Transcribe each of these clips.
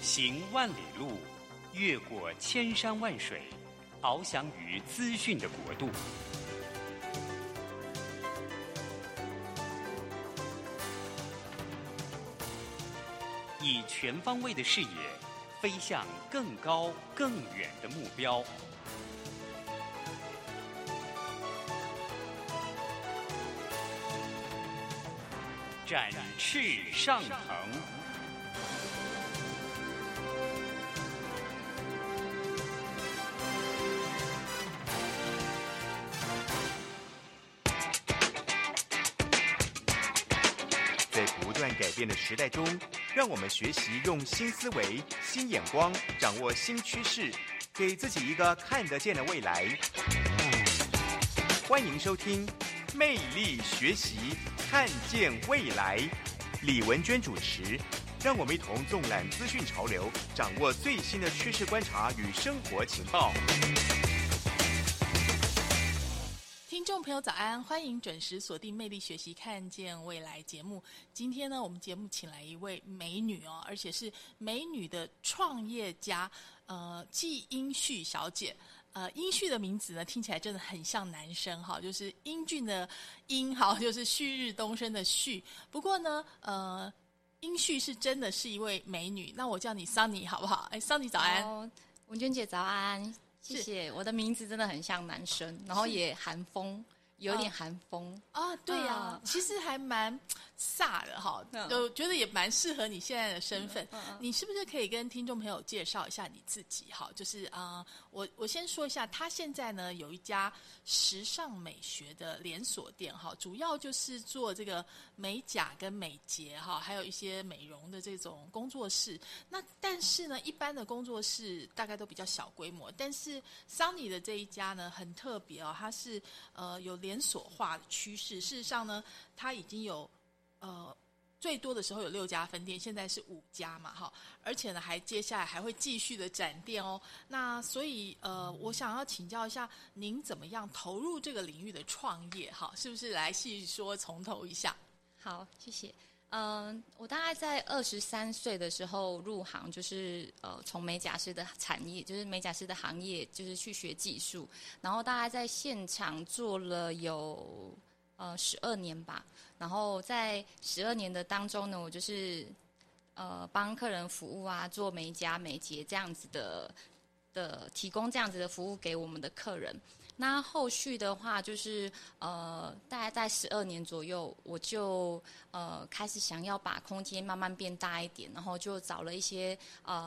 行万里路，越过千山万水，翱翔于资讯的国度。以全方位的视野，飞向更高更远的目标。展翅上腾。 在不断改变的时代中，让我们学习用新思维、新眼光，掌握新趋势，给自己一个看得见的未来。欢迎收听《魅力学习，看见未来》，李文娟主持。让我们一同纵览资讯潮流，掌握最新的趋势观察与生活情报。 听众朋友早安，欢迎准时锁定魅力学习看见未来节目。今天呢，我们节目请来一位美女哦，而且是美女的创业家，季英旭小姐。英旭的名字呢，听起来真的很像男生哈，就是英俊的英，好，就是旭日东升的旭。不过呢，英旭是真的是一位美女，那我叫你 Sunny 好不好？哎 ，Sunny 早安。 文娟姐早安。谢谢，我的名字真的很像男生，然后也韩风，有点韩风啊，对呀，其实还蛮飒的哈，就觉得也蛮适合你现在的身份。你是不是可以跟听众朋友介绍一下你自己？哈，就是我先说一下，他现在呢有一家时尚美学的连锁店哈，主要就是做这个美甲跟美睫哈，还有一些美容的这种工作室。那但是呢，一般的工作室大概都比较小规模，但是 Sunny 的这一家呢很特别哦，它是有连锁化的趋势。事实上呢，它已经有最多的时候有6家分店，现在是5家嘛，哈，而且呢还接下来还会继续的展店哦。那所以我想要请教一下，您怎么样投入这个领域的创业？哈，是不是来细说从头一下？ 好，谢谢。我大概在23岁的时候入行，就是从美甲师的产业，就是美甲师的行业，就是去学技术，然后大概在现场做了有12年吧。然后在12年的当中呢，我就是帮客人服务啊，做美甲美睫这样子的提供这样子的服务给我们的客人。那后续的话就是大概在12年左右，我就开始想要把空间慢慢变大一点，然后就找了一些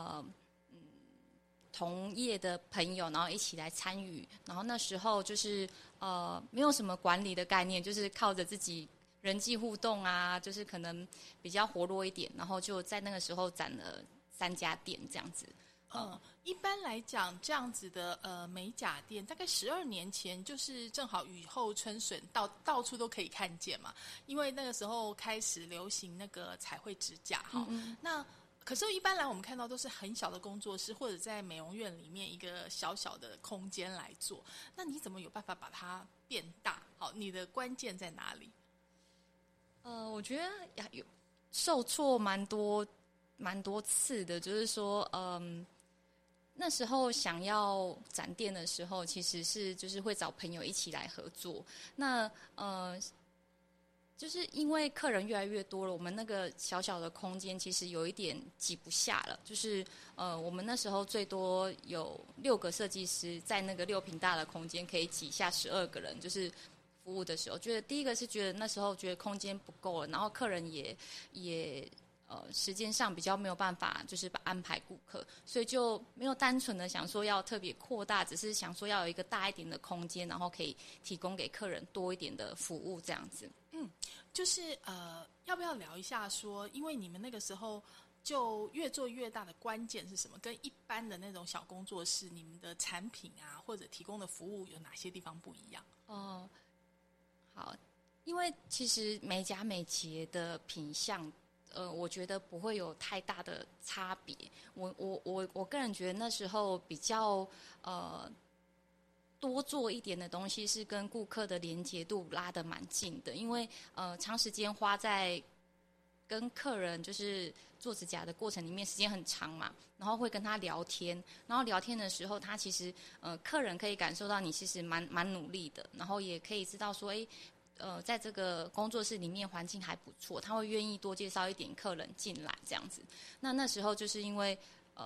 同业的朋友，然后一起来参与。然后那时候就是没有什么管理的概念，就是靠着自己人际互动啊，就是可能比较活络一点，然后就在那个时候展了3家店这样子。 一般来讲，这样子的美甲店，大概12年前，就是正好雨后春笋，到处都可以看见嘛。因为那个时候开始流行那个彩绘指甲哈。那可是，一般来我们看到都是很小的工作室，或者在美容院里面一个小小的空间来做。那你怎么有办法把它变大？好，你的关键在哪里？ 我觉得有受挫蛮多次的，就是说，那时候想要展店的时候，其实是就是会找朋友一起来合作。那就是因为客人越来越多了，我们那个小小的空间其实有一点挤不下了。就是我们那时候最多有6个设计师在那个6坪大的空间，可以挤下12个人，就是服务的时候，觉得第一个是觉得那时候觉得空间不够了，然后客人也时间上比较没有办法，就是安排顾客，所以就没有单纯的想说要特别扩大，只是想说要有一个大一点的空间，然后可以提供给客人多一点的服务这样子。 就是要不要聊一下说，因为你们那个时候就越做越大的关键是什么？跟一般的那种小工作室，你们的产品啊或者提供的服务有哪些地方不一样？ 好，因为其实美甲美睫的品项，我觉得不会有太大的差别。我个人觉得那时候比较多做一点的东西是跟顾客的连结度拉得蛮近的，因为长时间花在跟客人就是做指甲的过程里面时间很长嘛，然后会跟他聊天，然后聊天的时候，他其实客人可以感受到你其实蛮努力的，然后也可以知道说，在这个工作室里面环境还不错，他会愿意多介绍一点客人进来这样子。那时候就是因为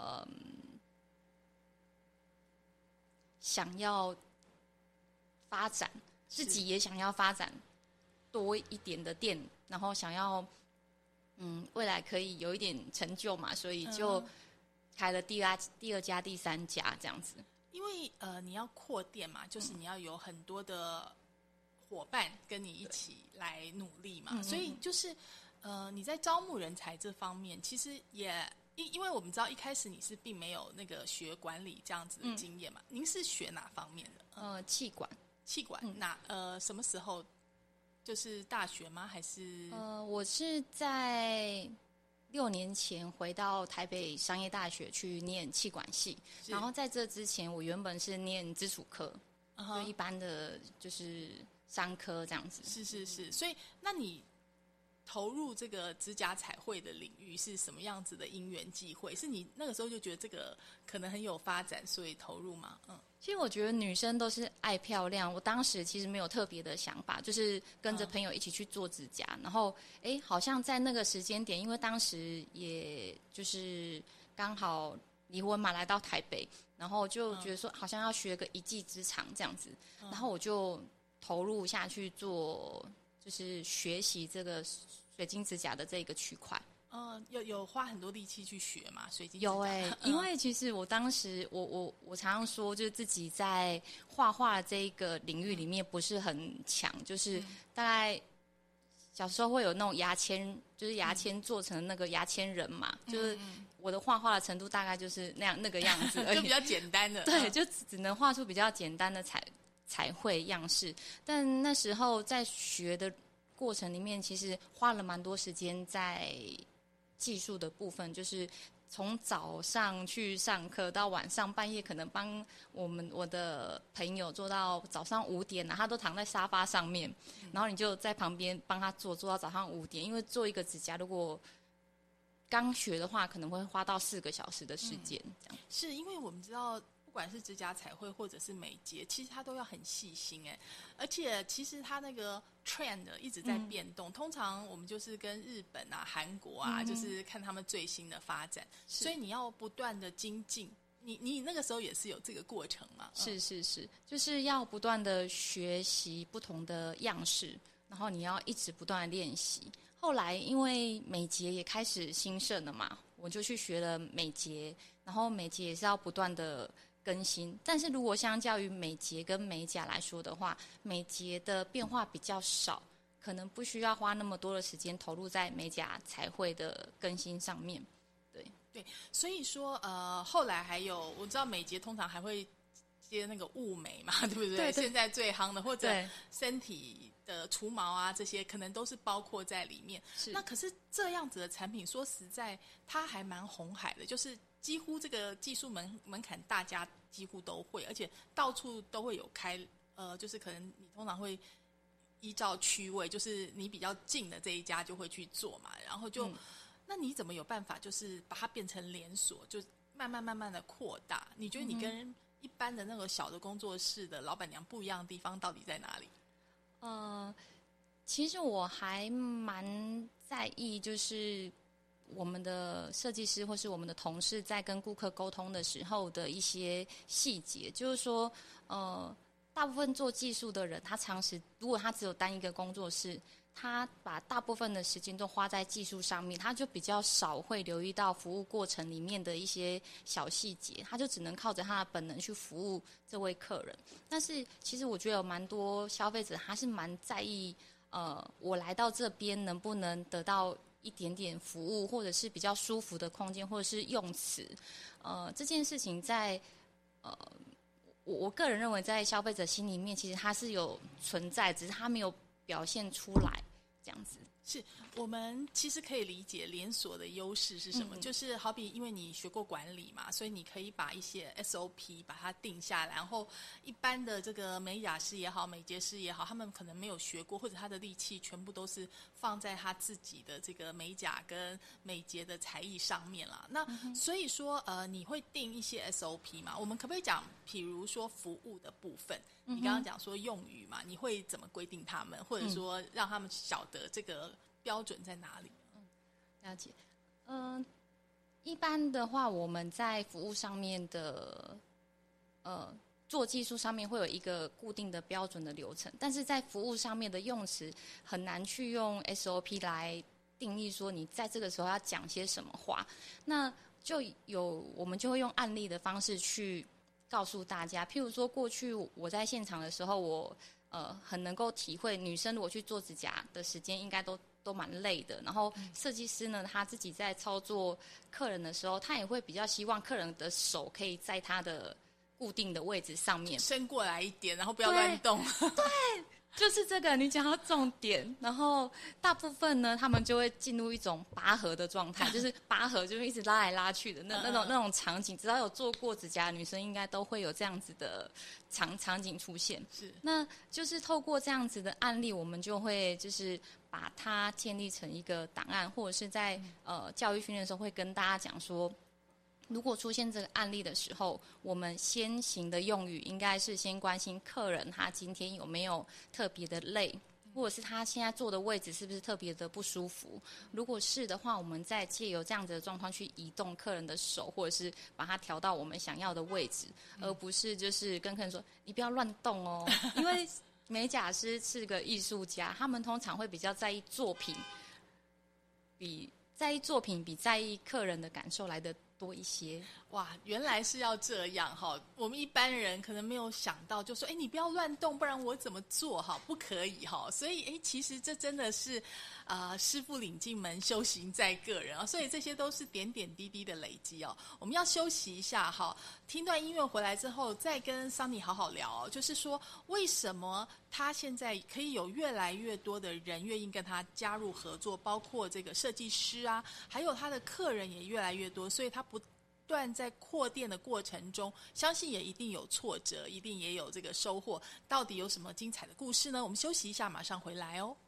想要发展，自己也想要发展多一点的店，然后想要未来可以有一点成就嘛，所以就开了第二家、第三家这样子。 因为你要扩店嘛，就是你要有很多的伙伴跟你一起来努力嘛，所以就是你在招募人才这方面，其实也因为我们知道一开始你是并没有那个学管理这样子的经验嘛，您是学哪方面的？气管，什么时候？就是大学吗？还是？ 我是在6年前回到台北商业大学去念企管系，然后在这之前，我原本是念基础科，就一般的就是商科这样子。 是，所以那你投入这个指甲彩绘的领域是什么样子的因缘际会？是你那个时候就觉得这个可能很有发展，所以投入吗？ 其实我觉得女生都是爱漂亮，我当时其实没有特别的想法，就是跟着朋友一起去做指甲，然后好像在那个时间点，因为当时也就是刚好离婚嘛，来到台北，然后就觉得说好像要学个一技之长这样子，然后我就投入下去做，就是学习这个水晶指甲的这个区块。 有花很多力气去学嘛，水晶指甲。 有因为其实我当时我常常说，就是自己在画画这一个领域里面不是很强，就是大概小时候会有那种牙签，就是牙签做成那个牙签人嘛，就是我的画画的程度大概就是那个样子而已， 就比较简单的。 对，就只能画出比较简单的彩绘样式，但那时候在学的过程里面，其实花了蛮多时间在技术的部分，就是从早上去上课到晚上半夜，可能帮我的朋友做到早上5点他都躺在沙发上面，然后你就在旁边帮他做到早上5点，因为做一个指甲如果刚学的话，可能会花到4个小时的时间。这样是因为我们知道，不管是指甲彩绘或者是美睫，其实它都要很细心而且其实它那个 trend 一直在变动。通常我们就是跟日本啊、韩国啊，就是看他们最新的发展，所以你要不断的精进。你那个时候也是有这个过程吗？ 是，就是要不断的学习不同的样式，然后你要一直不断的练习。后来因为美睫也开始兴盛了嘛，我就去学了美睫，然后美睫也是要不断的更新，但是如果相较于美睫跟美甲来说的话，美睫的变化比较少，可能不需要花那么多的时间投入在美甲彩绘的更新上面。 对，所以说后来还有我知道美睫通常还会接那个雾眉嘛，对不对？ 对， 现在最夯的或者身体的除毛啊，这些可能都是包括在里面。那可是这样子的产品，说实在，它还蛮红海的，就是几乎这个技术门槛大家几乎都会，而且到处都会有开，就是可能你通常会依照区位，就是你比较近的这一家就会去做嘛，然后就，那你怎么有办法就是把它变成连锁，就慢慢的扩大？你觉得你跟一般的那个小的工作室的老板娘不一样的地方到底在哪里？ 其实我还蛮在意，就是我们的设计师或是我们的同事在跟顾客沟通的时候的一些细节，就是说，大部分做技术的人，如果他只有单一个工作室，他把大部分的时间都花在技术上面，他就比较少会留意到服务过程里面的一些小细节，他就只能靠着他的本能去服务这位客人。但是其实我觉得有蛮多消费者他是蛮在意，我来到这边能不能得到一点点服务，或者是比较舒服的空间，或者是用词，这件事情在我个人认为在消费者心里面其实它是有存在，只是它没有表现出来这样子。 是我们其实可以理解连锁的优势是什么，就是好比因为你学过管理嘛，所以你可以把一些 SOP 把它定下来，然后一般的这个美甲师也好，美睫师也好，他们可能没有学过，或者他的力气全部都是放在他自己的这个美甲跟美睫的才艺上面啦。那所以说你会定一些 SOP 嘛？我们可不可以讲，比如说服务的部分？你刚刚讲说用语嘛，你会怎么规定他们，或者说让他们晓得这个标准在哪里？ 了解。一般的话，我们在服务上面的做技术上面会有一个固定的标准的流程，但是在服务上面的用词很难去用 SOP 来定义说你在这个时候要讲些什么话。那我们就会用案例的方式去告诉大家，譬如说过去我在现场的时候，我很能够体会女生如果去做指甲的时间应该都蛮累的，然后设计师呢他自己在操作客人的时候，他也会比较希望客人的手可以在他的固定的位置上面伸过来一点，然后不要乱动。 对，就是这个，你讲到重点。然后大部分呢，他们就会进入一种拔河的状态，就是拔河就是一直拉来拉去的那种场景。只要有做过指甲的女生，应该都会有这样子的场景出现。 是，那就是透过这样子的案例，我们就会就是把它建立成一个档案，或者是在教育训练的时候会跟大家讲说，如果出现这个案例的时候，我们先行的用语应该是先关心客人他今天有没有特别的累，或者是他现在坐的位置是不是特别的不舒服。如果是的话，我们再借由这样子的状况去移动客人的手，或者是把它调到我们想要的位置，而不是就是跟客人说你不要乱动哦。因为美甲师是个艺术家，他们通常会比较在意作品，比在意客人的感受来的多一些。 哇，原来是要这样哈！我们一般人可能没有想到，就说你不要乱动，不然我怎么做哈？不可以哈！所以其实这真的是师傅领进门，修行在个人啊。所以这些都是点点滴滴的累积哦。我们要休息一下哈，听段音乐回来之后，再跟桑尼好好聊哦。就是说，为什么他现在可以有越来越多的人愿意跟他加入合作，包括这个设计师啊，还有他的客人也越来越多，所以他不断在扩店的过程中，相信也一定有挫折，一定也有这个收获。到底有什么精彩的故事呢？我们休息一下，马上回来哦。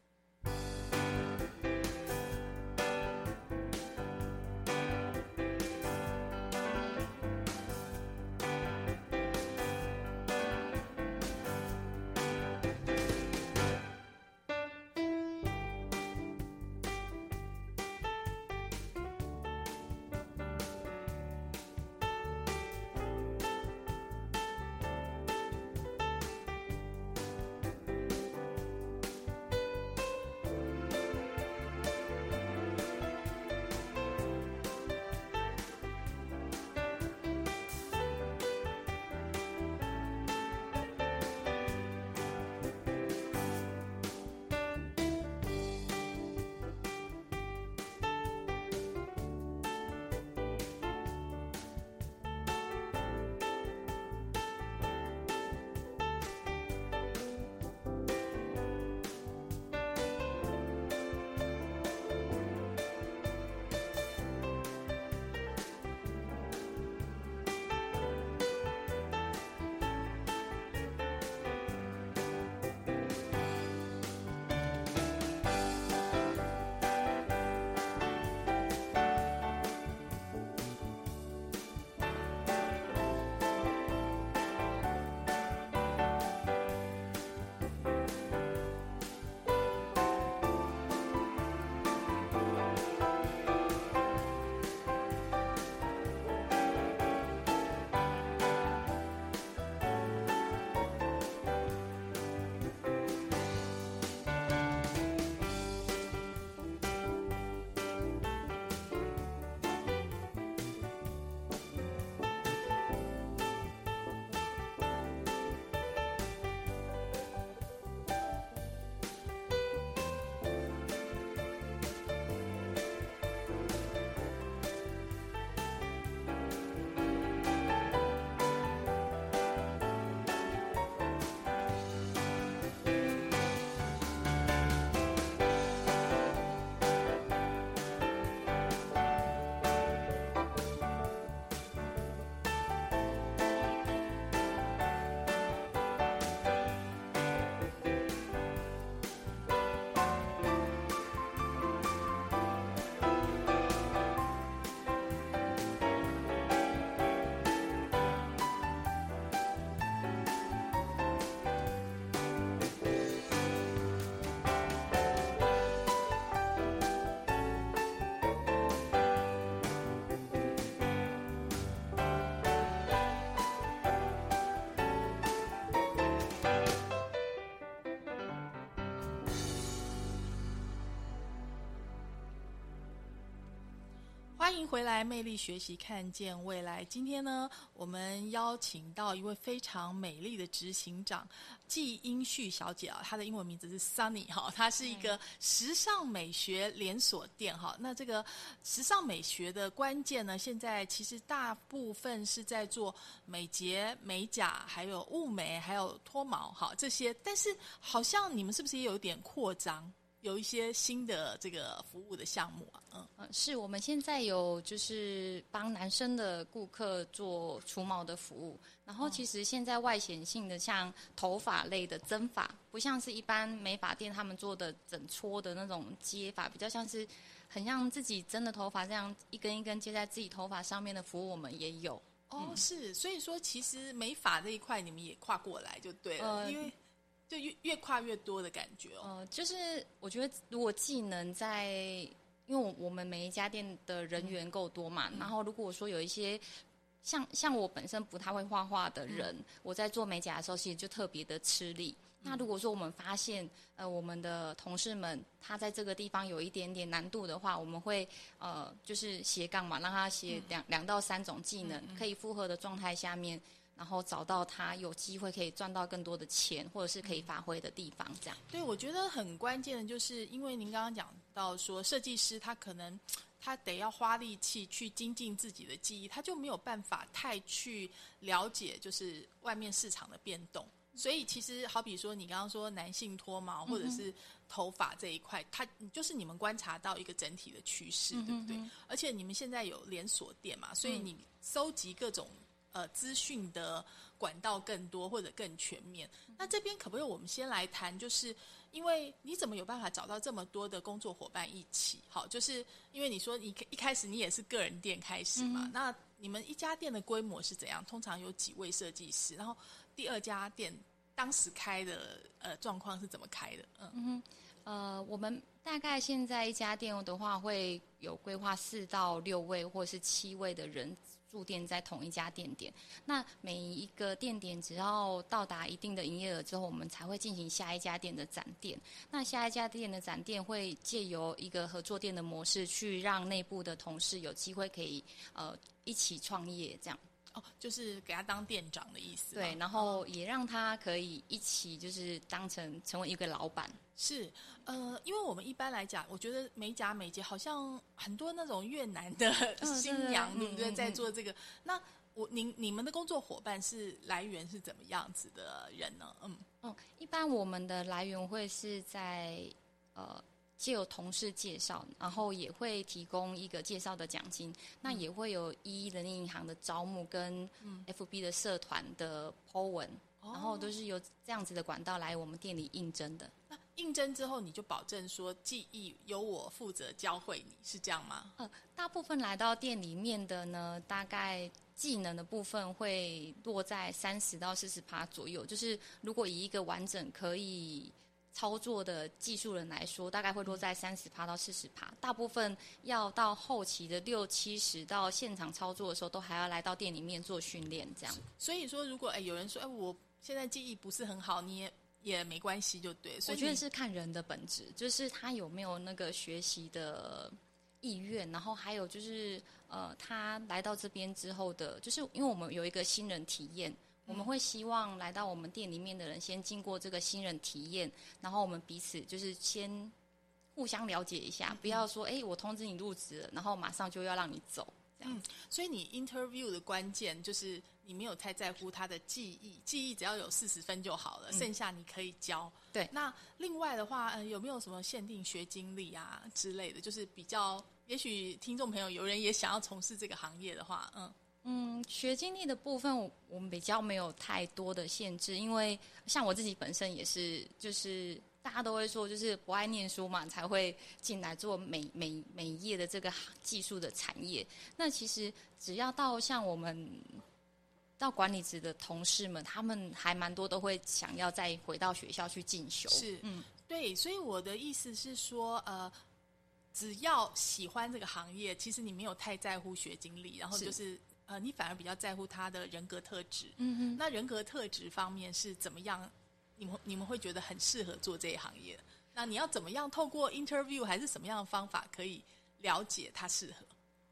欢迎回来，魅力学习，看见未来。今天呢，我们邀请到一位非常美丽的执行长季英旭小姐啊，她的英文名字是 Sunny 哈，她是一个时尚美学连锁店哈。那这个时尚美学的关键呢，现在其实大部分是在做美睫、美甲，还有雾眉，还有脱毛哈这些，但是好像你们是不是也有点扩张？有一些新的这个服务的项目啊， 是我们现在有就是帮男生的顾客做除毛的服务，然后其实现在外显性的像头发类的增发，不像是一般美发店他们做的整撮的那种接发，比较像是很像自己真的头发这样一根一根接在自己头发上面的服务，我们也有。 是，所以说其实美发这一块你们也跨过来就对了，因为就越跨越多的感觉就是我觉得如果技能在，因为我们每一家店的人员够多嘛，然后如果说有一些像我本身不太会画画的人，我在做美甲的时候其实就特别的吃力。那如果说我们发现我们的同事们他在这个地方有一点点难度的话，我们会就是斜杠嘛，让他写两到3种技能，可以复合的状态下面，然后找到他有机会可以赚到更多的钱，或者是可以发挥的地方，这样。 对，我觉得很关键的就是，因为您刚刚讲到说，设计师他可能他得要花力气去精进自己的技艺，他就没有办法太去了解就是外面市场的变动。所以其实好比说你刚刚说男性脱毛或者是头发这一块，它就是你们观察到一个整体的趋势，对不对？而且你们现在有连锁店嘛，所以你收集各种资讯的管道更多或者更全面。那这边可不可以我们先来谈，就是因为你怎么有办法找到这么多的工作伙伴一起？好，就是因为你说你一开始你也是个人店开始嘛，那你们一家店的规模是怎样？通常有几位设计师？然后第二家店当时开的状况是怎么开的？ 我们大概现在一家店的话会有规划4到6位或者是7位的人驻店在同一家店点。那每一个店点只要到达一定的营业额之后，我们才会进行下一家店的展店。那下一家店的展店会借由一个合作店的模式，去让内部的同事有机会可以一起创业这样。 就是给他当店长的意思。 对，然后也让他可以一起就是成为一个老板。 是，因为我们一般来讲，我觉得美甲美睫好像很多那种越南的新娘，对不对？在做这个。那你们的工作伙伴来源是怎么样子的人呢？ 一般我们的来源会是在藉由同事介绍，然后也会提供一个介绍的奖金，那也会有人力银行的招募跟FB 的社团的 po 文，然后都是由这样子的管道来我们店里应征的。 那应征之后，你就保证说技艺由我负责教会你，是这样吗？ 大部分来到店里面的呢，大概技能的部分会落在30%到40%左右，就是如果以一个完整可以操作的技术人来说，大概会落在30%到40%，大部分要到后期的60%、70%到现场操作的时候，都还要来到店里面做训练，这样。 所以说，如果有人说，我现在技艺不是很好，你也没关系，就对。所以我觉得是看人的本质，就是他有没有那个学习的意愿，然后还有就是他来到这边之后的，就是因为我们有一个新人体验。我们会希望来到我们店里面的人先经过这个新人体验，然后我们彼此就是先互相了解一下，不要说我通知你入职了，然后马上就要让你走这样。 所以你 interview 的关键就是你没有太在乎他的技艺只要有40分就好了，剩下你可以教。 对。 那另外的话，有没有什么限定学经历啊之类的？就是比较，也许听众朋友有人也想要从事这个行业的话， 学经历的部分我们比较没有太多的限制，因为像我自己本身也是，就是大家都会说，就是不爱念书嘛，才会进来做美业的这个技术的产业。那其实只要到像我们到管理职的同事们，他们还蛮多都会想要再回到学校去进修。 是，对，所以我的意思是说，只要喜欢这个行业，其实你没有太在乎学经历，然后就是你反而比较在乎他的人格特质。那人格特质方面是怎么样？你们会觉得很适合做这一行业？那你要怎么样透过 interview 还是什么样的方法可以了解他适合？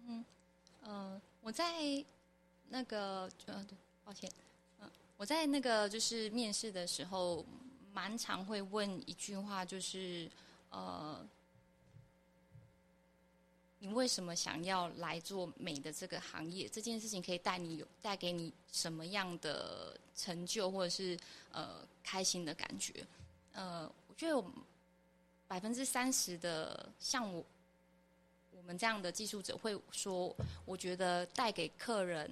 我在那个抱歉，我在那个就是面试的时候，蛮常会问一句话，就是你为什么想要来做美的这个行业？这件事情可以带给你什么样的成就，或者是开心的感觉？我觉得有30%的像我们这样的技术者会说，我觉得带给客人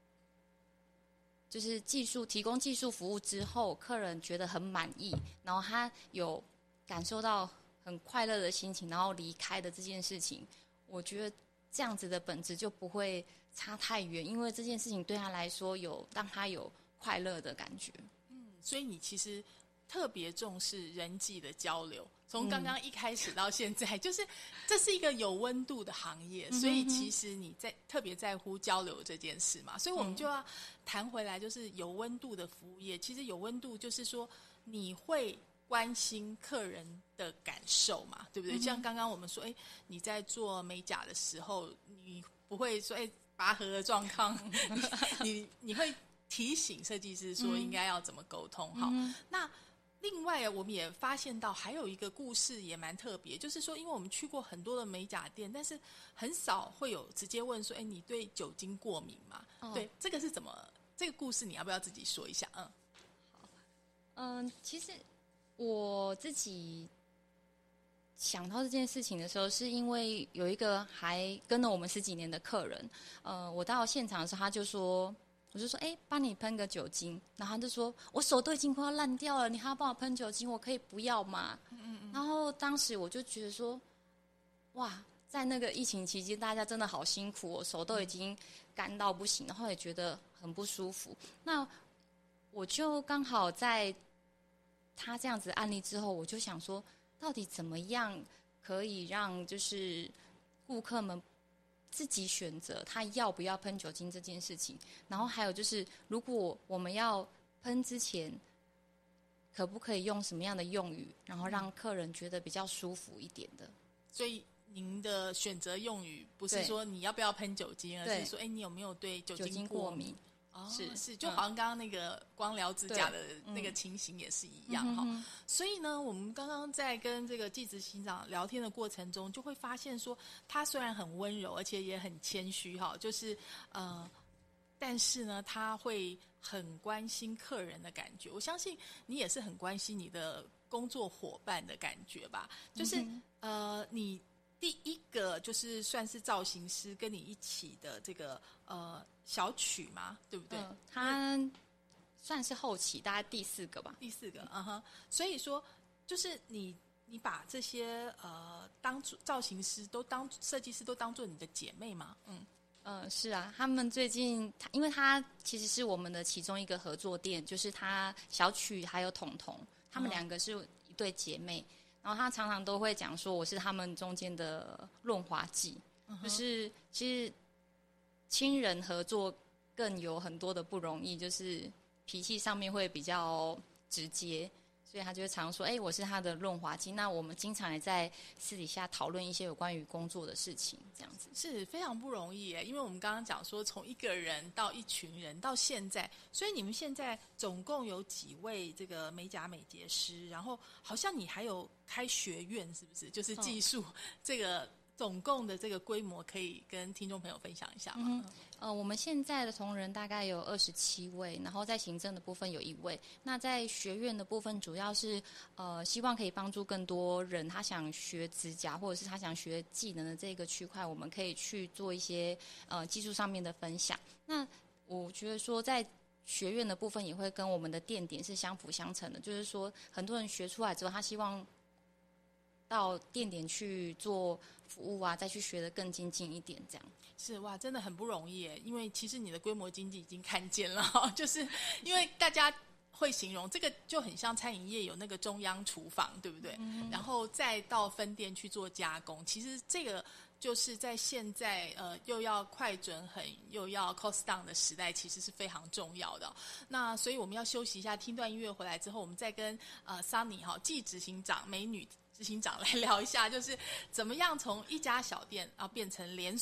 就是提供技术服务之后，客人觉得很满意，然后他有感受到很快乐的心情，然后离开的这件事情。我觉得这样子的本质就不会差太远，因为这件事情对他来说让他有快乐的感觉。 所以你其实特别重视人际的交流，从刚刚一开始到现在，就是这是一个有温度的行业，所以其实你特别在乎交流这件事嘛。所以我们就要谈回来，就是有温度的服务业。其实有温度就是说你会关心客人的感受嘛，对不对？像刚刚我们说，你在做美甲的时候，你不会说，拔河的状况，你会提醒设计师说应该要怎么沟通。好，那另外我们也发现到还有一个故事也蛮特别，就是说，因为我们去过很多的美甲店，但是很少会有直接问说，你对酒精过敏吗？对，这个是怎么？这个故事你要不要自己说一下？ 好，其实我自己想到这件事情的时候，是因为有一个还跟了我们10几年的客人，我到现场的时候，他就说，我就说，帮你喷个酒精，然后他就说，我手都已经快要烂掉了，你还要帮我喷酒精，我可以不要吗？然后当时我就觉得说，哇，在那个疫情期间，大家真的好辛苦，我手都已经干到不行，然后也觉得很不舒服。那我就刚好在他这样子案例之后，我就想说，到底怎么样可以让就是顾客们自己选择他要不要喷酒精这件事情。然后还有就是，如果我们要喷之前，可不可以用什么样的用语，然后让客人觉得比较舒服一点的。 所以您的选择用语不是说你要不要喷酒精，而是说你有没有对酒精过敏。是，就好像刚刚那个光疗指甲的那个情形也是一样哈。所以呢，我们刚刚在跟这个季执行长聊天的过程中，就会发现说，他虽然很温柔，而且也很谦虚哈，就是但是呢，他会很关心客人的感觉。我相信你也是很关心你的工作伙伴的感觉吧？就是你第一个就是算是造型师跟你一起的这个小曲嘛，对不对？ 他算是后期，大概第4个吧。 第4个，所以说就是你把这些造型师设计师都当做你的姐妹吗？ 是啊，他们最近因为他其实是我们的其中一个合作店，就是他小曲还有彤彤，他们2个是一对姐妹。然后他常常都会讲说，我是他们中间的润滑剂，就是其实亲人合作更有很多的不容易，就是脾气上面会比较直接，所以他就会常说，我是他的润滑剂。那我们经常也在私底下讨论一些有关于工作的事情，这样子是非常不容易耶。因为我们刚刚讲说，从一个人到一群人到现在，所以你们现在总共有几位这个美甲美睫师？然后好像你还有开学院，是不是？就是技术这个总共的这个规模，可以跟听众朋友分享一下吗？ 我们现在的同仁大概有27位，然后在行政的部分有1位。那在学院的部分，主要是希望可以帮助更多人，他想学指甲或者是他想学技能的这个区块，我们可以去做一些技术上面的分享。那我觉得说在学院的部分也会跟我们的店点是相辅相成的，就是说很多人学出来之后，他希望到店点去做服务啊，再去学得更精进一点，这样。 是哇，真的很不容易耶，因为其实你的规模经济已经看见了，就是因为大家会形容这个就很像餐饮业有那个中央厨房，对不对？然后再到分店去做加工，其实这个就是在现在又要快准狠又要 cost down 的时代，其实是非常重要的。那所以我们要休息一下，听段音乐回来之后，我们再跟Sunny 季执行长美女执行长来聊一下，就是怎么样从一家小店变成连锁，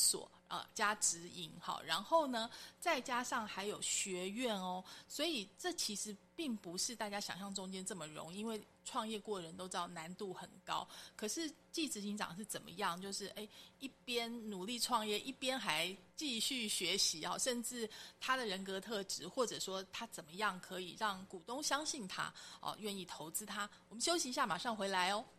加直营，好，然后呢再加上还有学院哦，所以这其实并不是大家想象中间这么容易，因为创业过的人都知道难度很高。可是季执行长是怎么样？就是一边努力创业，一边还继续学习啊，甚至他的人格特质，或者说他怎么样可以让股东相信他哦，愿意投资他。我们休息一下，马上回来哦。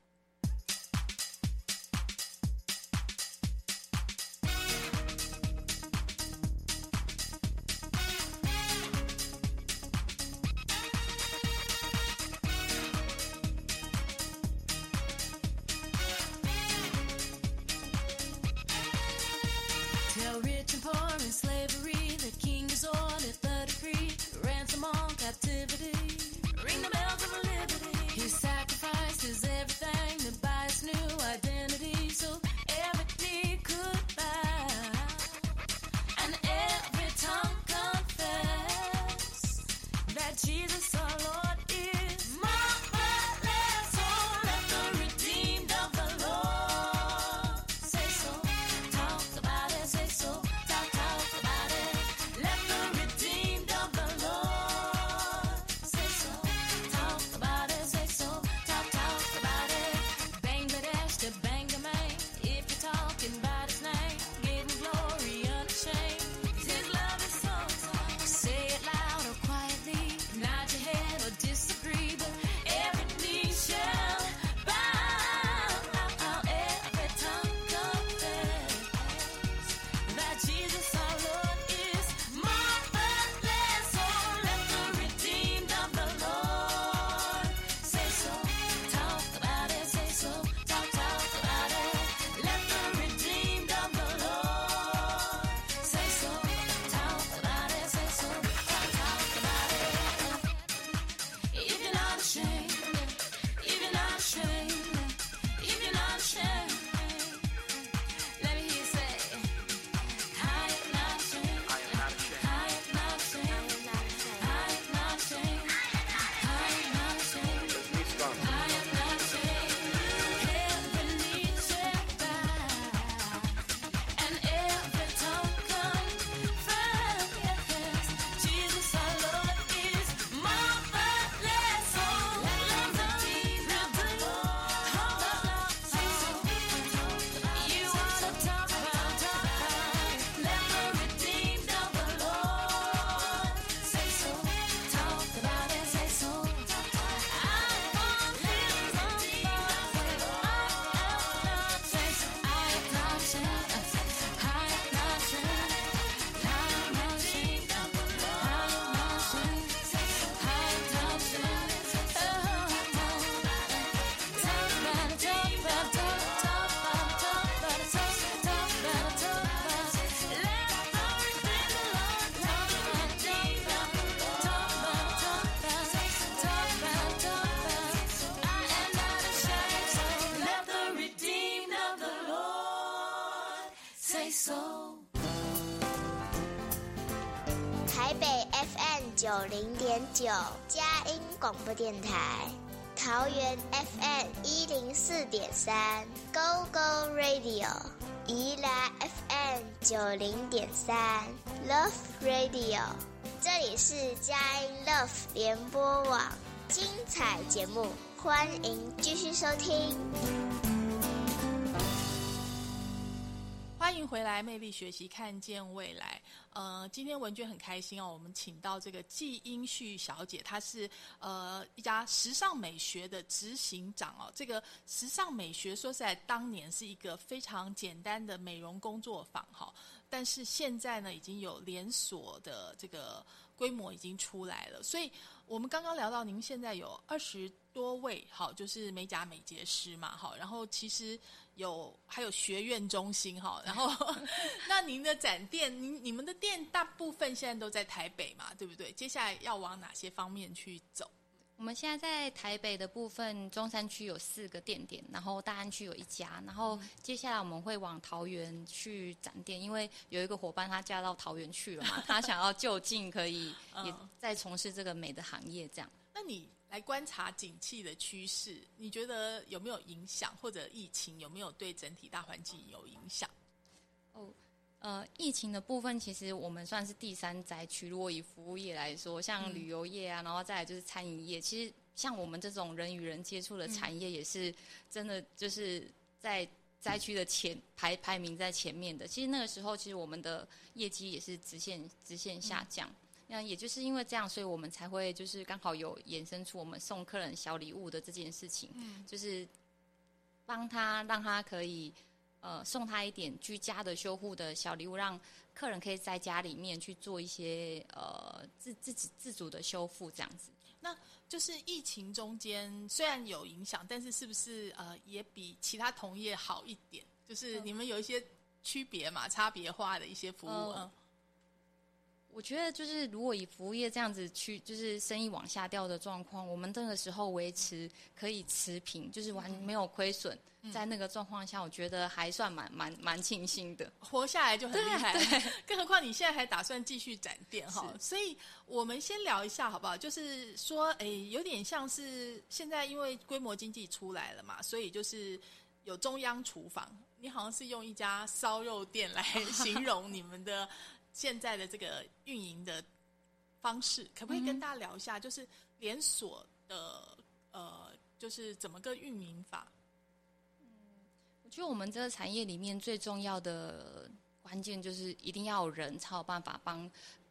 台北 FM90.9 佳音广播电台，桃园 FM104.3 Go Go Radio， 宜兰 FM90.3 Love Radio， 这里是佳音 Love 联播网，精彩节目，欢迎继续收听。 欢迎回来，魅力学习，看见未来。今天文娟很开心哦，我们请到这个季英旭小姐，她是一家时尚美学的执行长哦。这个时尚美学说实在，当年是一个非常简单的美容工作坊哈，但是现在呢，已经有连锁的这个规模已经出来了。所以我们刚刚聊到，您现在有20多位，好，就是美甲美睫师嘛，好，然后其实还有学院中心哈，然后那您的展店，你们的店大部分现在都在台北嘛，对不对？接下来要往哪些方面去走？ 我们现在在台北的部分，中山区有4个店点，然后大安区有1家，然后接下来我们会往桃园去展店，因为有一个伙伴他嫁到桃园去了嘛，他想要就近可以也在从事这个美的行业这样。 那你来观察景气的趋势，你觉得有没有影响，或者疫情有没有对整体大环境有影响？ 疫情的部分，其实我们算是第3灾区。如果以服务业来说，像旅游业啊，然后再来就是餐饮业，其实像我们这种人与人接触的产业，也是真的就是在灾区的排名在前面的。其实那个时候，其实我们的业绩也是直线下降。那也就是因为这样，所以我们才会就是刚好有衍生出我们送客人小礼物的这件事情，就是让他可以送他一点居家的修护的小礼物，让客人可以在家里面去做一些自主的修复这样子。 那就是疫情中间虽然有影响，但是是不是也比其他同业好一点？就是你们有一些区别嘛，差别化的一些服务。 我觉得就是如果以服务业这样子就是生意往下掉的状况，我们那个时候维持可以持平，就是完没有亏损，在那个状况下，我觉得还算蛮庆幸的， 活下来就很厉害。更何况你现在还打算继续展店哈，所以我们先聊一下好不好？就是说，有点像是现在因为规模经济出来了嘛，所以就是有中央厨房，你好像是用一家烧肉店来形容你们的现在的这个运营的方式，可不可以跟大家聊一下？就是连锁的就是怎么个运营法？ 我觉得我们这个产业里面最重要的关键就是一定要有人才有办法帮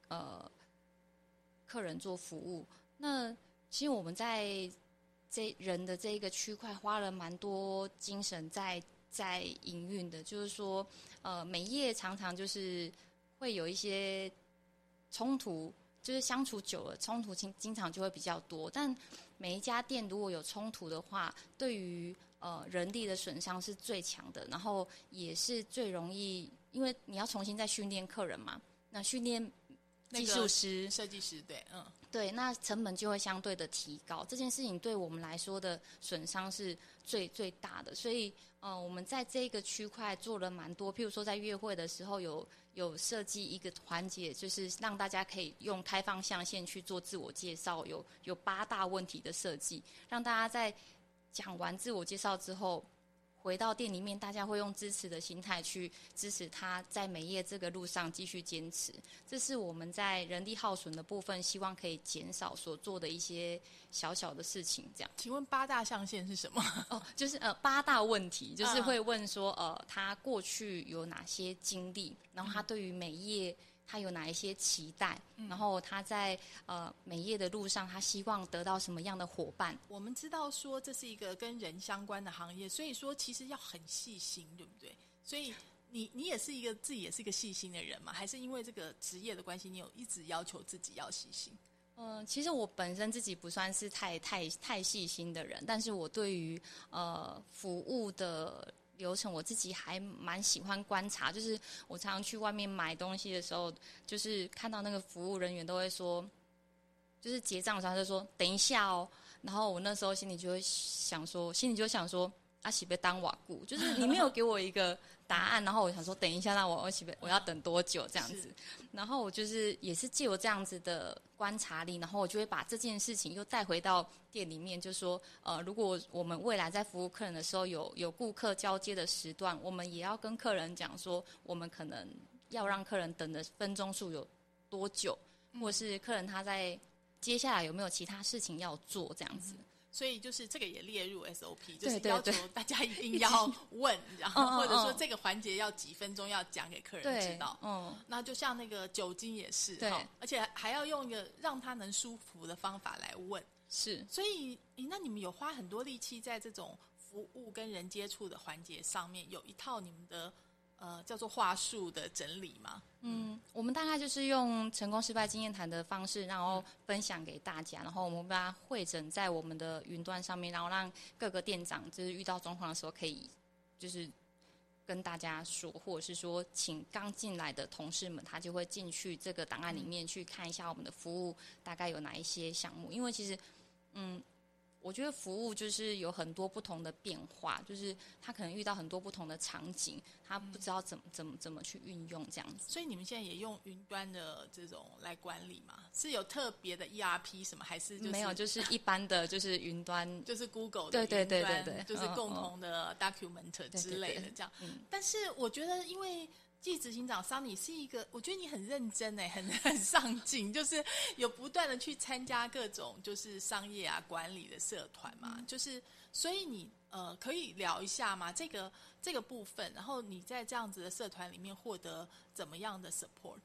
客人做服务。那其实我们在人的这一个区块花了蛮多精神在营运的，就是说每业常常就是会有一些冲突，就是相处久了，冲突经常就会比较多。但每一家店如果有冲突的话，对于人力的损伤是最强的，然后也是最容易，因为你要重新再训练客人嘛，那训练技术师、 设计师， 对，那成本就会相对的提高。这件事情对我们来说的损伤是最大的，所以我们在这个区块做了蛮多，譬如说在月会的时候有设计一个环节，就是让大家可以用开放象限去做自我介绍，有8大问题的设计，让大家在讲完自我介绍之后，回到店里面，大家会用支持的心态去支持他在美业这个路上继续坚持。这是我们在人力耗损的部分，希望可以减少所做的一些小小的事情。这样， 请问8大象限是什么？ 就是8大问题，就是会问说他过去有哪些经历，然后他对于美业他有哪一些期待，然后他在美业的路上，他希望得到什么样的伙伴？ 我们知道说这是一个跟人相关的行业，所以说其实要很细心，对不对？所以你也是自己也是一个细心的人嘛？还是因为这个职业的关系，你有一直要求自己要细心？ 其实我本身自己不算是太细心的人，但是我对于服务的流程，我自己还蛮喜欢观察。就是我常常去外面买东西的时候，就是看到那个服务人员都会说，就是结账的时候他就说等一下哦，然后我那时候心里就想说啊，喜被当瓦固，就是你没有给我一个答案，然后我想说等一下，那我要等多久这样子？然后我就是也是借由这样子的观察力，然后我就会把这件事情又带回到店里面，就说如果我们未来在服务客人的时候有顾客交接的时段，我们也要跟客人讲说，我们可能要让客人等的分钟数有多久，或是客人他在接下来有没有其他事情要做这样子。 所以就是这个也列入 SOP， 就是要求大家一定要问，然后或者说这个环节要几分钟要讲给客人知道。那就像那个酒精也是，而且还要用一个让他能舒服的方法来问。 是， 所以那你们有花很多力气在这种服务跟人接触的环节上面，有一套你们的叫做话术的整理吗？ 我们大概就是用成功失败经验谈的方式，然后分享给大家，然后我们把它汇整在我们的云端上面，然后让各个店长就是遇到状况的时候可以就是跟大家说，或者是说请刚进来的同事们，他就会进去这个档案里面去看一下我们的服务大概有哪一些项目。因为其实我觉得服务就是有很多不同的变化，就是他可能遇到很多不同的场景，他不知道怎么去运用这样子。 所以你们现在也用云端的这种来管理吗？是有特别的 ERP 什么，还是没有？就是一般的，就是云端， 就是 Google 的云端， 对， 就是共同的 document 之类的这样。但是我觉得，因为季执行长桑尼是一个，我觉得你很认真很上进，就是有不断的去参加各种就是商业啊管理的社团嘛，就是所以你可以聊一下吗？这个部分，然后你在这样子的社团里面获得怎么样的 support？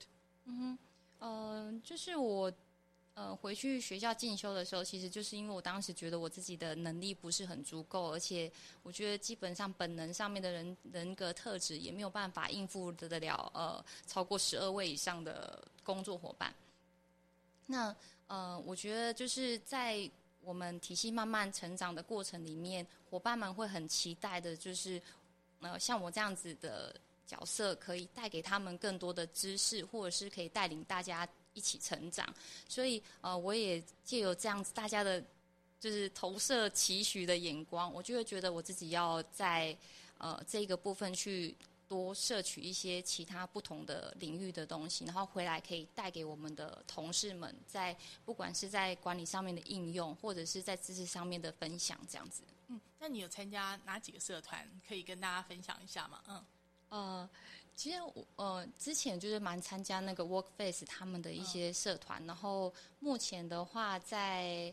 就是我回去学校进修的时候，其实就是因为我当时觉得我自己的能力不是很足够，而且我觉得基本上本能上面的人格特质也没有办法应付得了超过12位以上的工作伙伴。那我觉得就是在我们体系慢慢成长的过程里面，伙伴们会很期待的就是像我这样子的角色可以带给他们更多的知识，或者是可以带领大家一起成长。所以我也藉由这样子大家的就是投射期许的眼光，我就会觉得我自己要在这个部分去多摄取一些其他不同的领域的东西，然后回来可以带给我们的同事们，在不管是在管理上面的应用，或者是在知识上面的分享这样子。 那你有参加哪几个社团可以跟大家分享一下吗？ 其实我之前就是蛮参加那个 Workface 他们的一些社团，然后目前的话在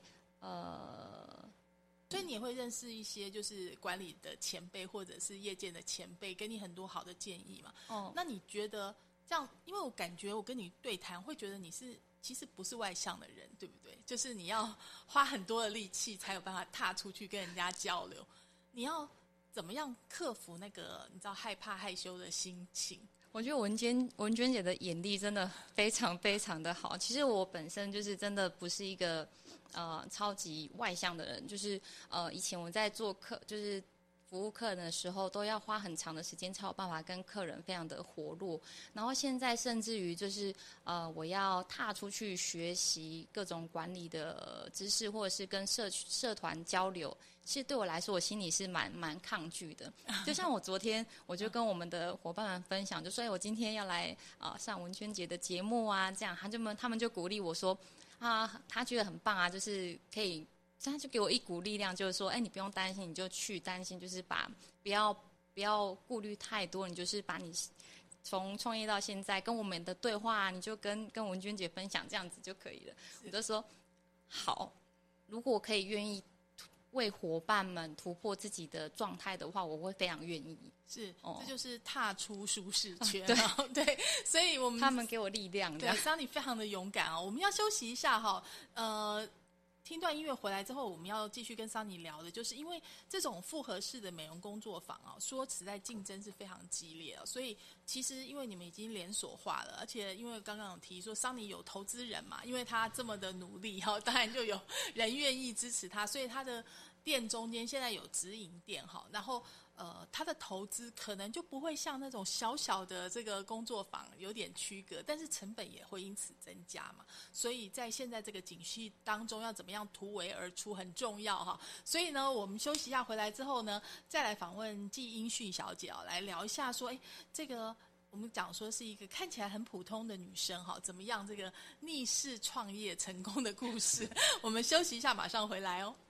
所以你也会认识一些就是管理的前辈或者是业界的前辈，给你很多好的建议嘛。那你觉得这样，因为我感觉我跟你对谈会觉得你是其实不是外向的人，对不对？就是你要花很多的力气才有办法踏出去跟人家交流，你要怎么样克服那个你知道害怕害羞的心情？ 我觉得文娟姐的眼力真的非常非常的好。其实我本身就是真的不是一个超级外向的人，就是以前我在做就是服务客人的时候，都要花很长的时间才有办法跟客人非常的活络。然后现在甚至于就是我要踏出去学习各种管理的知识，或者是跟社团交流，其实对我来说，我心里是蛮抗拒的。就像我昨天，我就跟我们的伙伴们分享，就说我今天要来上文娟姐的节目啊，这样他们就鼓励我说他觉得很棒啊，就是可以。他就给我一股力量，就是说，你不用担心，你就去担心，就是不要顾虑太多，你就是把你从创业到现在跟我们的对话，你就跟文娟姐分享，这样子就可以了。我就说好，如果可以愿意为伙伴们突破自己的状态的话，我会非常愿意。 是，这就是踏出舒适圈。 对， 所以他们给我力量。 对，桑尼非常的勇敢我们要休息一下听段音乐回来之后，我们要继续跟桑尼聊的，就是因为这种复合式的美容工作坊说实在竞争是非常激烈所以其实因为你们已经连锁化了，而且因为刚刚有提说桑尼有投资人嘛，因为他这么的努力当然就有人愿意支持他，所以他的店中间现在有直营店然后他的投资可能就不会像那种小小的这个工作坊有点区隔，但是成本也会因此增加嘛。所以在现在这个景气当中，要怎么样突围而出很重要所以呢，我们休息一下，回来之后呢，再来访问季英训小姐来聊一下说，这个我们讲说是一个看起来很普通的女生怎么样这个逆势创业成功的故事。我们休息一下，马上回来哦。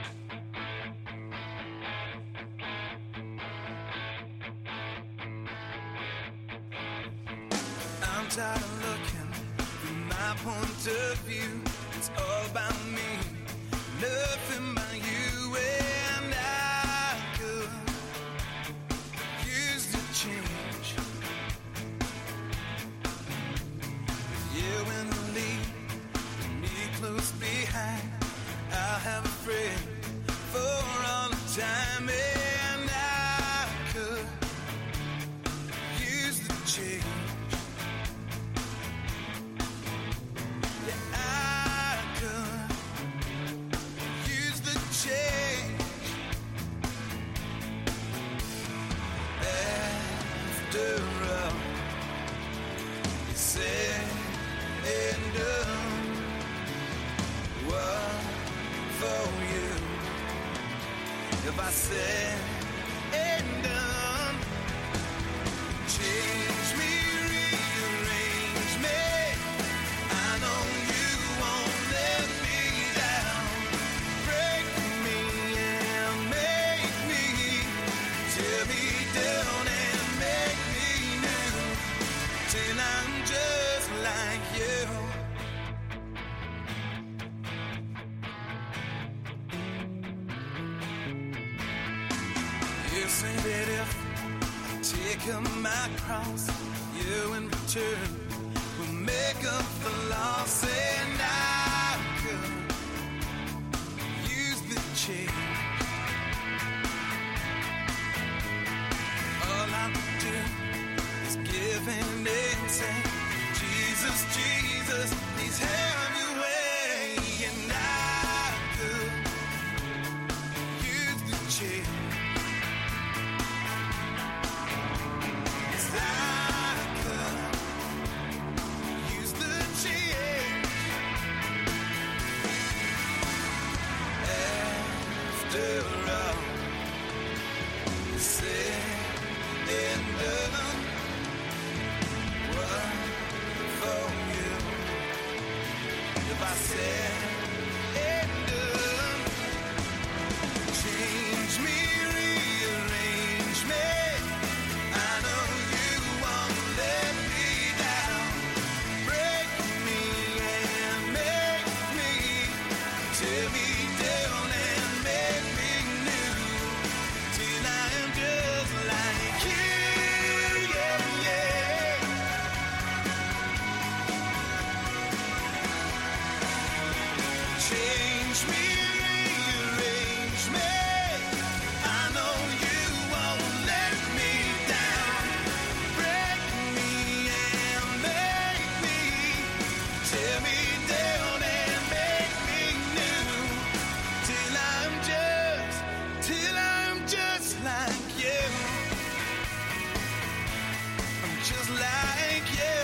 I'm tired of looking from my point of view. It's all about me, nothing but you. And I could use the change. You and leave me close behind. I'll have a friend for all the time. And I could use the change. If I said and done, change me, rearrange me. I know you won't let me down. Break me and make me, tear me down and make me new. say that if I take up my cross, you in return will make up the loss, and I could use the change. All I would do is give in and say, Jesus, Jesus, please have your way, and I could use the change. Yes, I could use the change. After all is said and done, what for you? If I said and done, change me, rearrange me. I know you won't let me down. Break me and make me, tear me down and make me new, till I am just like you, yeah, yeah. Change me, rearrange me. I know you won't let me down. Break me and make me, tear me down and make me new, till I'm just like you. I'm just like you.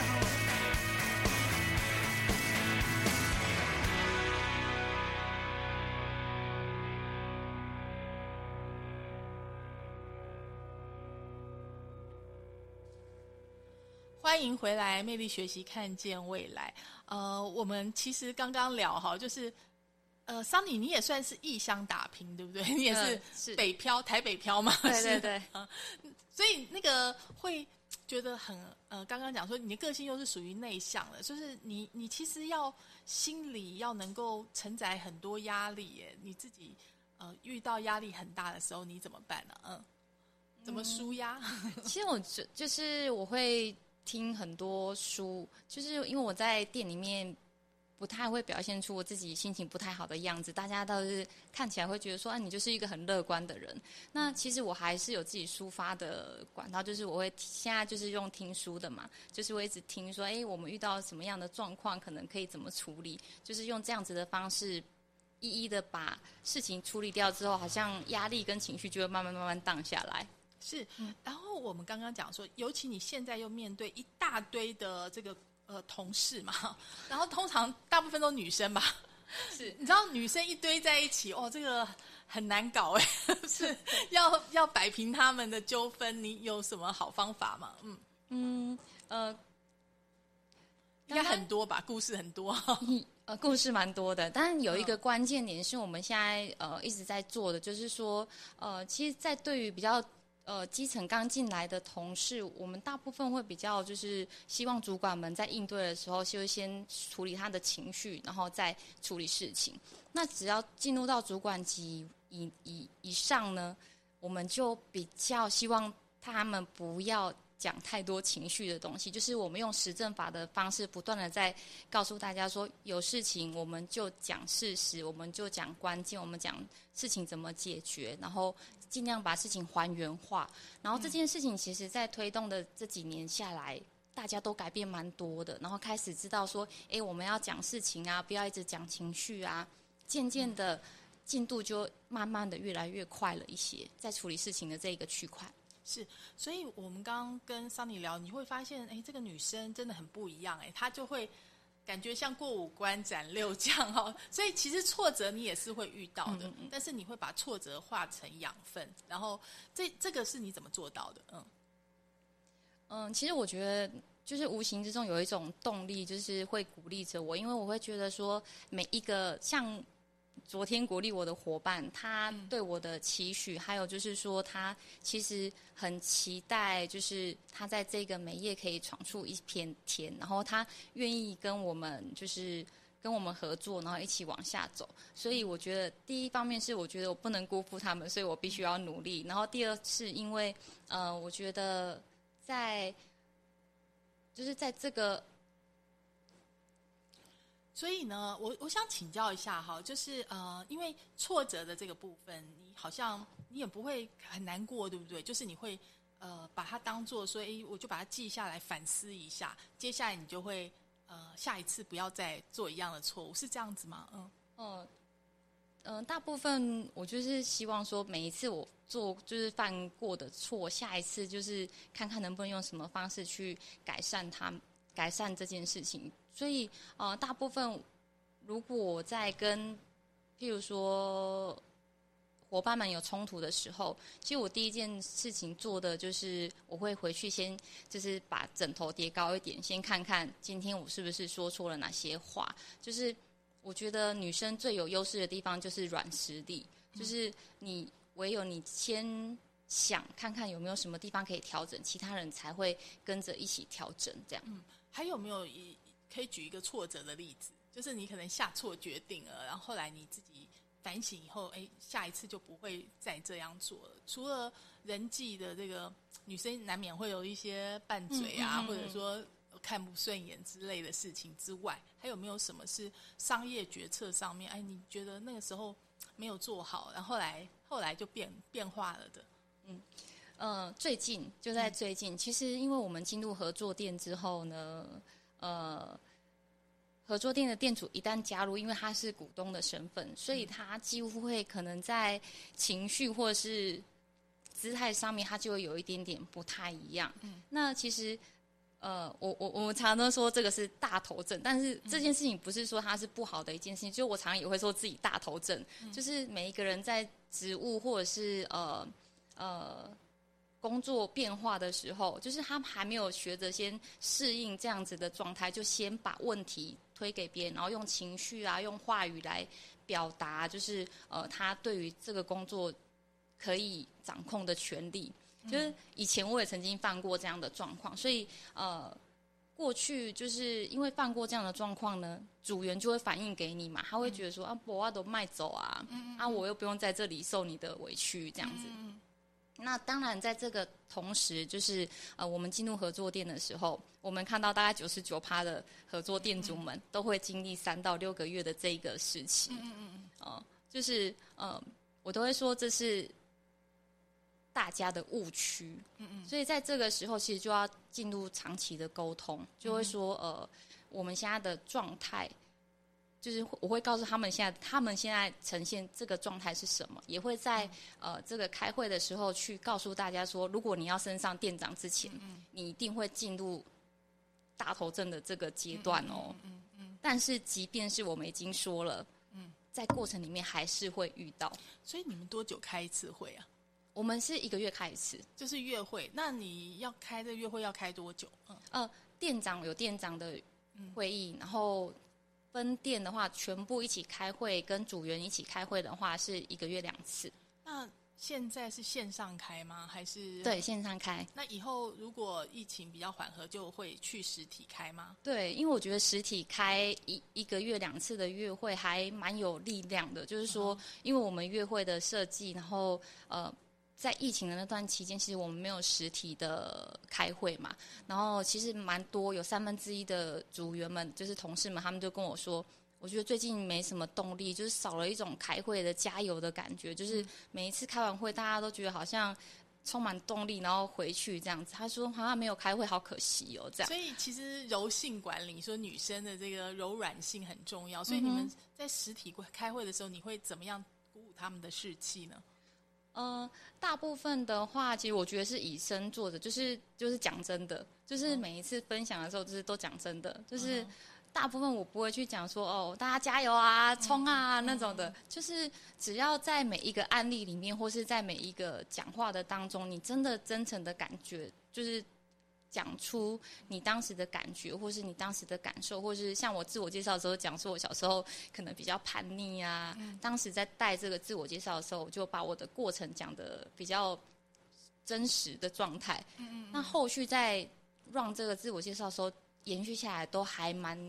欢迎回来，魅力学习，看见未来。我们其实刚刚聊哈，就是Sunny，你也算是异乡打拼，对不对？你也是北漂，台北漂嘛？ 对对对。 所以那个会觉得很刚刚讲说你的个性又是属于内向的，就是你其实要心里要能够承载很多压力耶。你自己遇到压力很大的时候，你怎么办呢？怎么抒压？ 其实就是我会听很多书，就是因为我在店里面不太会表现出我自己心情不太好的样子，大家倒是看起来会觉得说，你就是一个很乐观的人。那其实我还是有自己抒发的管道，就是我会现在就是用听书的嘛，就是我一直听说，我们遇到什么样的状况，可能可以怎么处理，就是用这样子的方式，一一的把事情处理掉之后，好像压力跟情绪就会慢慢荡下来。 是，然后我们刚刚讲说，尤其你现在又面对一大堆的这个同事嘛，然后通常大部分都女生吧，是，你知道女生一堆在一起，这个很难搞哎，是要摆平他们的纠纷，你有什么好方法吗？应该很多吧，故事很多。 故事蛮多的，但有一个关键点是我们现在一直在做的，就是说其实，在对于比较基层刚进来的同事，我们大部分会比较就是希望主管们在应对的时候，就先处理他的情绪，然后再处理事情。那只要进入到主管级以上呢，我们就比较希望他们不要讲太多情绪的东西，就是我们用实证法的方式，不断的在告诉大家说，有事情我们就讲事实，我们就讲关键，我们讲事情怎么解决，然后尽量把事情还原化。然后这件事情其实在推动的这几年下来，大家都改变蛮多的，然后开始知道说，我们要讲事情啊，不要一直讲情绪啊，渐渐的进度就慢慢的越来越快了一些，在处理事情的这一个区块。 是，所以我们刚刚跟Sunny聊，你会发现，这个女生真的很不一样，她就会感觉像过五关斩六将哈。所以其实挫折你也是会遇到的，但是你会把挫折化成养分，然后这个是你怎么做到的？ 其实我觉得就是无形之中有一种动力，就是会鼓励着我，因为我会觉得说每一个像昨天鼓励我的伙伴，他对我的期许，还有就是说他其实很期待，就是他在这个美业可以闯出一片天，然后他愿意跟我们就是跟我们合作，然后一起往下走。所以我觉得第一方面是我觉得我不能辜负他们，所以我必须要努力。然后第二是因为我觉得在这个。 所以呢，我想请教一下哈，就是因为挫折的这个部分，你好像你也不会很难过，对不对？就是你会把它当作说，我就把它记下来反思一下，接下来你就会下一次不要再做一样的错误，是这样子吗？ 大部分我就是希望说，每一次我做就是犯过的错，下一次就是看看能不能用什么方式去改善这件事情。所以大部分如果我在跟譬如说伙伴们有冲突的时候，其实我第一件事情做的就是我会回去先就是把枕头叠高一点，先看看今天我是不是说错了哪些话。就是我觉得女生最有优势的地方就是软实力，就是你唯有你先想看看有没有什么地方可以调整，其他人才会跟着一起调整这样。 还有没有可以举一个挫折的例子，就是你可能下错决定了，然后后来你自己反省以后，下一次就不会再这样做了。除了人际的这个，女生难免会有一些拌嘴啊，或者说看不顺眼之类的事情之外，还有没有什么是商业决策上面，你觉得那个时候没有做好，然后后来就变化了的？ 最近其实因为我们进入合作店之后呢，合作店的店主一旦加入，因为他是股东的身份，所以他几乎会可能在情绪或是姿态上面，他就会有一点点不太一样。那其实我们常常都说这个是大头症，但是这件事情不是说它是不好的一件事情，就我常常也会说自己大头症，就是每一个人在职务或者是工作变化的时候，就是他们还没有学着先适应这样子的状态，就先把问题推给别人，然后用情绪啊，用话语来表达，就是他对于这个工作可以掌控的权利。就是以前我也曾经犯过这样的状况，所以过去就是因为犯过这样的状况呢，组员就会反映给你嘛，他会觉得说我都卖走啊，我又不用在这里受你的委屈这样子。那当然，在这个同时，就是我们进入合作店的时候，我们看到大概99%的合作店主们都会经历3到6个月的这个时期。就是我都会说这是大家的误区。所以在这个时候，其实就要进入长期的沟通，就会说我们现在的状态。就是我会告诉他们现在呈现这个状态是什么，也会在这个开会的时候去告诉大家说，如果你要升上店长之前，你一定会进入大头症的这个阶段哦。但是即便是我们已经说了，在过程里面还是会遇到。 所以你们多久开一次会啊？ 我们是1个月开一次， 就是月会。那你要开这月会要开多久？ 店长有店长的会议，然后分店的话，全部一起开会，跟组员一起开会的话，是1个月2次。 那现在是线上开吗？还是？ 对，线上开。 那以后如果疫情比较缓和，就会去实体开吗？ 对，因为我觉得实体开一个月2次的月会还蛮有力量的，就是说，因为我们月会的设计，然后在疫情的那段期间，其实我们没有实体的开会嘛，然后其实蛮多，有1/3的组员们，就是同事们，他们就跟我说，我觉得最近没什么动力，就是少了一种开会的加油的感觉，就是每一次开完会，大家都觉得好像充满动力，然后回去这样子。他说好像没有开会，好可惜哦，这样。 所以其实柔性管理，说女生的这个柔软性很重要，所以你们在实体开会的时候，你会怎么样鼓舞他们的士气呢？ 大部分的话，其实我觉得是以身作则，就是讲真的，就是每一次分享的时候，就是都讲真的，就是大部分我不会去讲说大家加油啊、冲啊那种的，就是只要在每一个案例里面，或是在每一个讲话的当中，你真的真诚的感觉，就是讲出你当时的感觉，或是你当时的感受，或是像我自我介绍的时候讲说我小时候可能比较叛逆啊，当时在带这个自我介绍的时候，我就把我的过程讲得比较真实的状态。那后续在让这个自我介绍的时候延续下来，都还蛮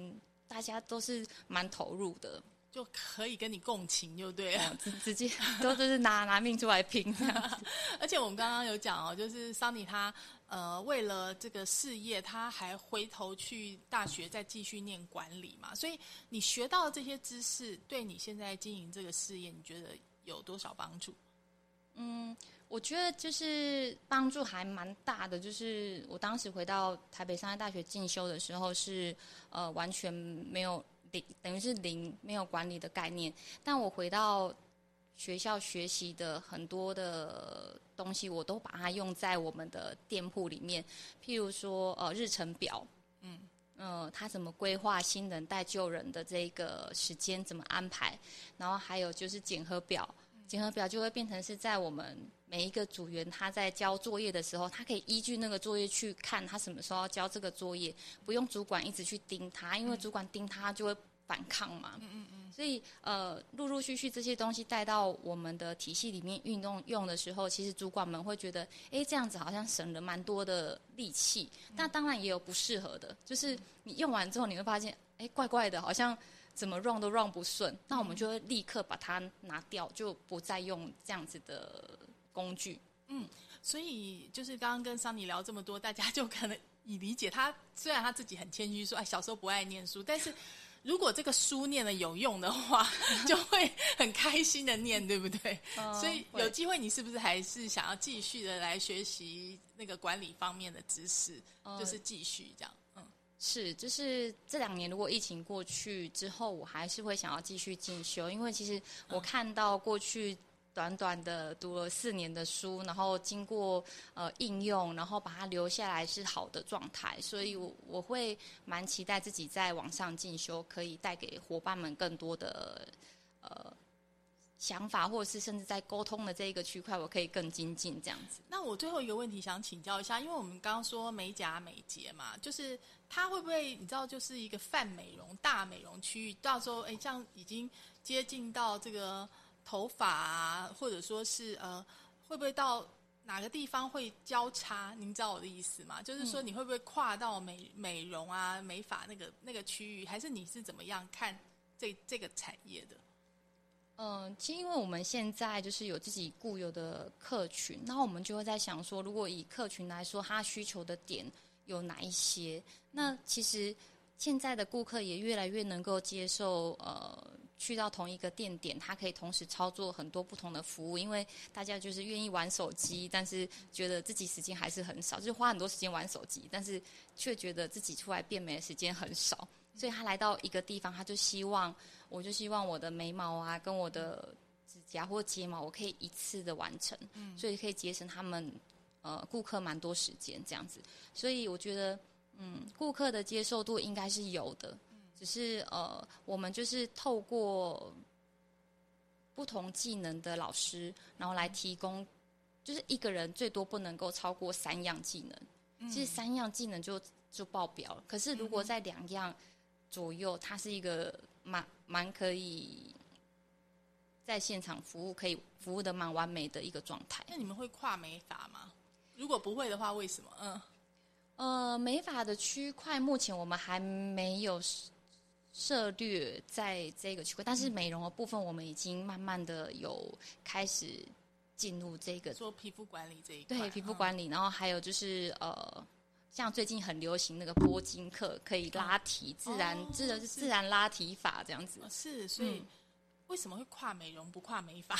大家都是蛮投入的， 就可以跟你共情，就对了， 直接都是拿命出来拼这样子。 而且我们刚刚有讲哦，就是桑尼他为了这个事业，他还回头去大学再继续念管理嘛，所以你学到的这些知识，对你现在经营这个事业，你觉得有多少帮助？ 我觉得就是帮助还蛮大的，就是我当时回到台北商业大学进修的时候是完全没有等于是零没有管理的概念，但我回到学校学习的很多的东西，我都把它用在我们的店铺里面，譬如说日程表，他怎么规划新人带旧人的这个时间怎么安排，然后还有就是检核表。检核表就会变成是在我们每一个组员他在交作业的时候，他可以依据那个作业去看他什么时候要交这个作业，不用主管一直去盯他，因为主管盯他就会反抗嘛。所以陆陆续续这些东西带到我们的体系里面运用的时候，其实主管们会觉得，这样子好像省了蛮多的力气。但当然也有不适合的，就是你用完之后你会发现，怪怪的，好像怎么 run 都 run 不顺，那我们就会立刻把它拿掉，就不再用这样子的工具。 所以就是刚刚跟桑尼聊这么多，大家就可能以理解他，虽然他自己很谦虚说，小时候不爱念书，但是如果这个书念得有用的话，就会很开心的念，对不对？所以有机会，你是不是还是想要继续的来学习那个管理方面的知识，就是继续这样？ 是，就是这2年如果疫情过去之后，我还是会想要继续进修，因为其实我看到过去短短的读了4年的书，然后经过应用，然后把它留下来是好的状态，所以我会蛮期待自己在网上进修，可以带给伙伴们更多的想法，或者是甚至在沟通的这一个区块，我可以更精进这样子。 那我最后一个问题想请教一下，因为我们刚刚说美甲美睫嘛，就是它会不会你知道，就是一个泛美容大美容区域，到时候像已经接近到这个头发啊，或者说是会不会到哪个地方会交叉？您知道我的意思吗？就是说你会不会跨到美容啊、美发那个区域，还是你是怎么样看这个产业的？ 其实因为我们现在就是有自己固有的客群，那我们就会在想说，如果以客群来说，他需求的点有哪一些？那其实现在的顾客也越来越能够接受，去到同一个店点，他可以同时操作很多不同的服务，因为大家就是愿意玩手机，但是觉得自己时间还是很少，就是花很多时间玩手机，但是却觉得自己出来变美的时间很少，所以他来到一个地方，我就希望我的眉毛啊，跟我的指甲或睫毛，我可以一次的完成，所以可以节省他们顾客蛮多时间这样子。所以我觉得，顾客的接受度应该是有的，只是我们就是透过不同技能的老师，然后来提供，就是一个人最多不能够超过3样技能。其实3样技能就爆表了，可是如果在2样左右，它是一个蛮可以在现场服务，可以服务的蛮完美的一个状态。 那你们会跨美发吗？如果不会的话，为什么？ 美发的区块目前我们还没有涉略在这个区块，但是美容的部分我们已经慢慢的有开始进入这个做皮肤管理这一块。 对，皮肤管理，然后还有就是像最近很流行那个拨筋课，可以拉提，自然拉提法这样子。 是，所以为什么会跨美容不跨美发？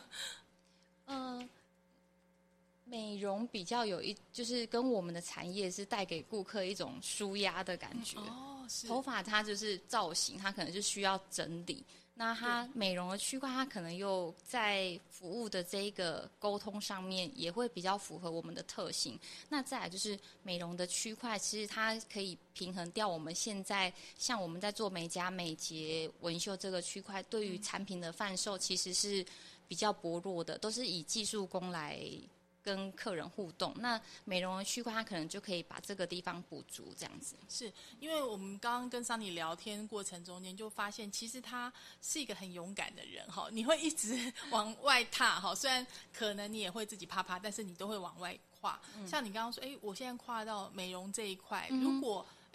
美容比较就是跟我们的产业是带给顾客一种舒压的感觉。 是。 头发它就是造型，它可能就需要整理。那它美容的区块，它可能又在服务的这一个沟通上面也会比较符合我们的特性。那再来就是美容的区块，其实它可以平衡掉我们现在像我们在做美甲、美睫、纹绣这个区块，对于产品的贩售其实是比较薄弱的，都是以技术工来跟客人互动。那美容的区块，它可能就可以把这个地方补足，这样子。 是因为我们刚刚跟桑尼聊天过程中间，就发现其实他是一个很勇敢的人哈。你会一直往外踏哈，虽然可能你也会自己啪啪，但是你都会往外跨。像你刚刚说，我现在跨到美容这一块，如果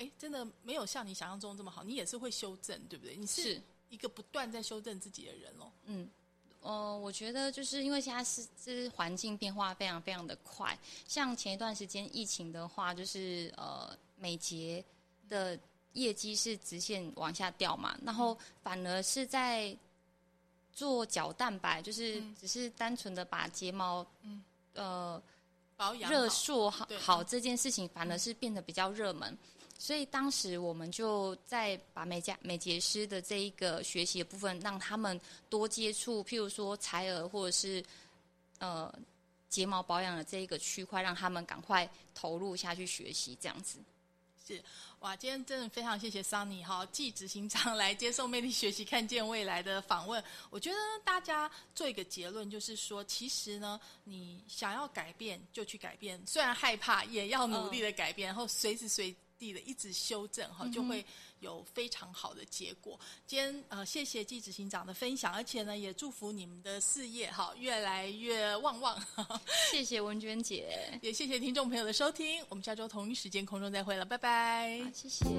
真的没有像你想象中这么好，你也是会修正，对不对？你是一个不断在修正自己的人咯。 我觉得就是因为现在是环境变化非常非常的快，像前一段时间疫情的话，就是美睫的业绩是直线往下掉嘛，然后反而是在做角蛋白，就是只是单纯的把睫毛保养热塑好这件事情，反而是变得比较热门。所以当时我们就在把美睫师的这一个学习的部分，让他们多接触，譬如说采耳或者是睫毛保养的这一个区块，让他们赶快投入下去学习，这样子。 是哇，今天真的非常谢谢 Sunny 哈，季执行长来接受魅力学习看见未来的访问。我觉得大家做一个结论，就是说，其实呢，你想要改变就去改变，虽然害怕，也要努力的改变，然后随时随地的一直修正哈，就会有非常好的结果。今天谢谢季执行长的分享，而且呢，也祝福你们的事业哈越来越旺旺。 谢谢文娟姐， 也谢谢听众朋友的收听，我们下周同一时间空中再会了，拜拜。 好，谢谢。